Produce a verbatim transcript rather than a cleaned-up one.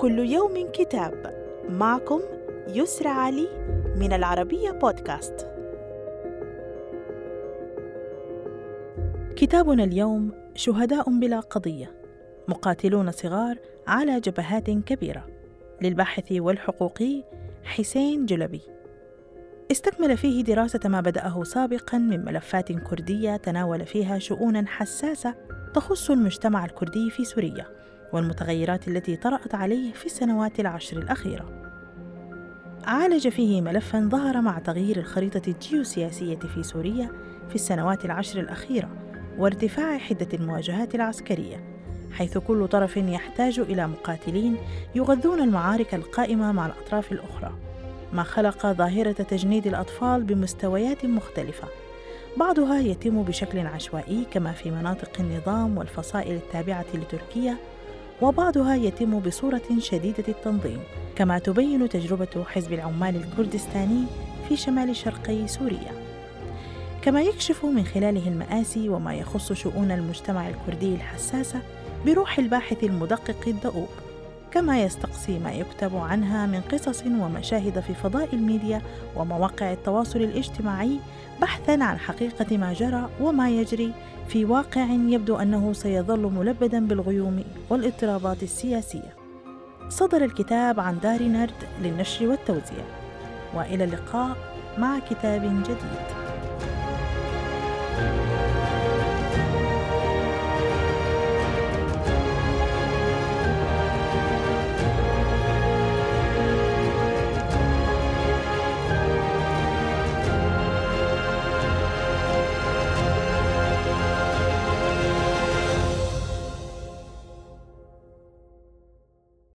كل يوم كتاب. معكم يسرى علي من العربية بودكاست. كتابنا اليوم شهداء بلا قضية، مقاتلون صغار على جبهات كبيرة، للباحث والحقوقي حسين جلبي. استكمل فيه دراسة ما بدأه سابقاً من ملفات كردية تناول فيها شؤوناً حساسة تخص المجتمع الكردي في سوريا والمتغيرات التي طرأت عليه في السنوات العشر الأخيرة. عالج فيه ملفاً ظهر مع تغيير الخريطة الجيوسياسية في سوريا في السنوات العشر الأخيرة وارتفاع حدة المواجهات العسكرية، حيث كل طرف يحتاج إلى مقاتلين يغذون المعارك القائمة مع الأطراف الأخرى، ما خلق ظاهرة تجنيد الأطفال بمستويات مختلفة، بعضها يتم بشكل عشوائي كما في مناطق النظام والفصائل التابعة لتركيا، وبعضها يتم بصورة شديدة التنظيم كما تبين تجربة حزب العمال الكردستاني في شمال شرقي سوريا، كما يكشف من خلاله المآسي وما يخص شؤون المجتمع الكردي الحساسة بروح الباحث المدقق الدؤوب، كما يستقصي ما يكتب عنها من قصص ومشاهد في فضاء الميديا ومواقع التواصل الاجتماعي بحثاً عن حقيقة ما جرى وما يجري في واقع يبدو أنه سيظل ملبداً بالغيوم والاضطرابات السياسية. صدر الكتاب عن دار نرد للنشر والتوزيع، وإلى اللقاء مع كتاب جديد.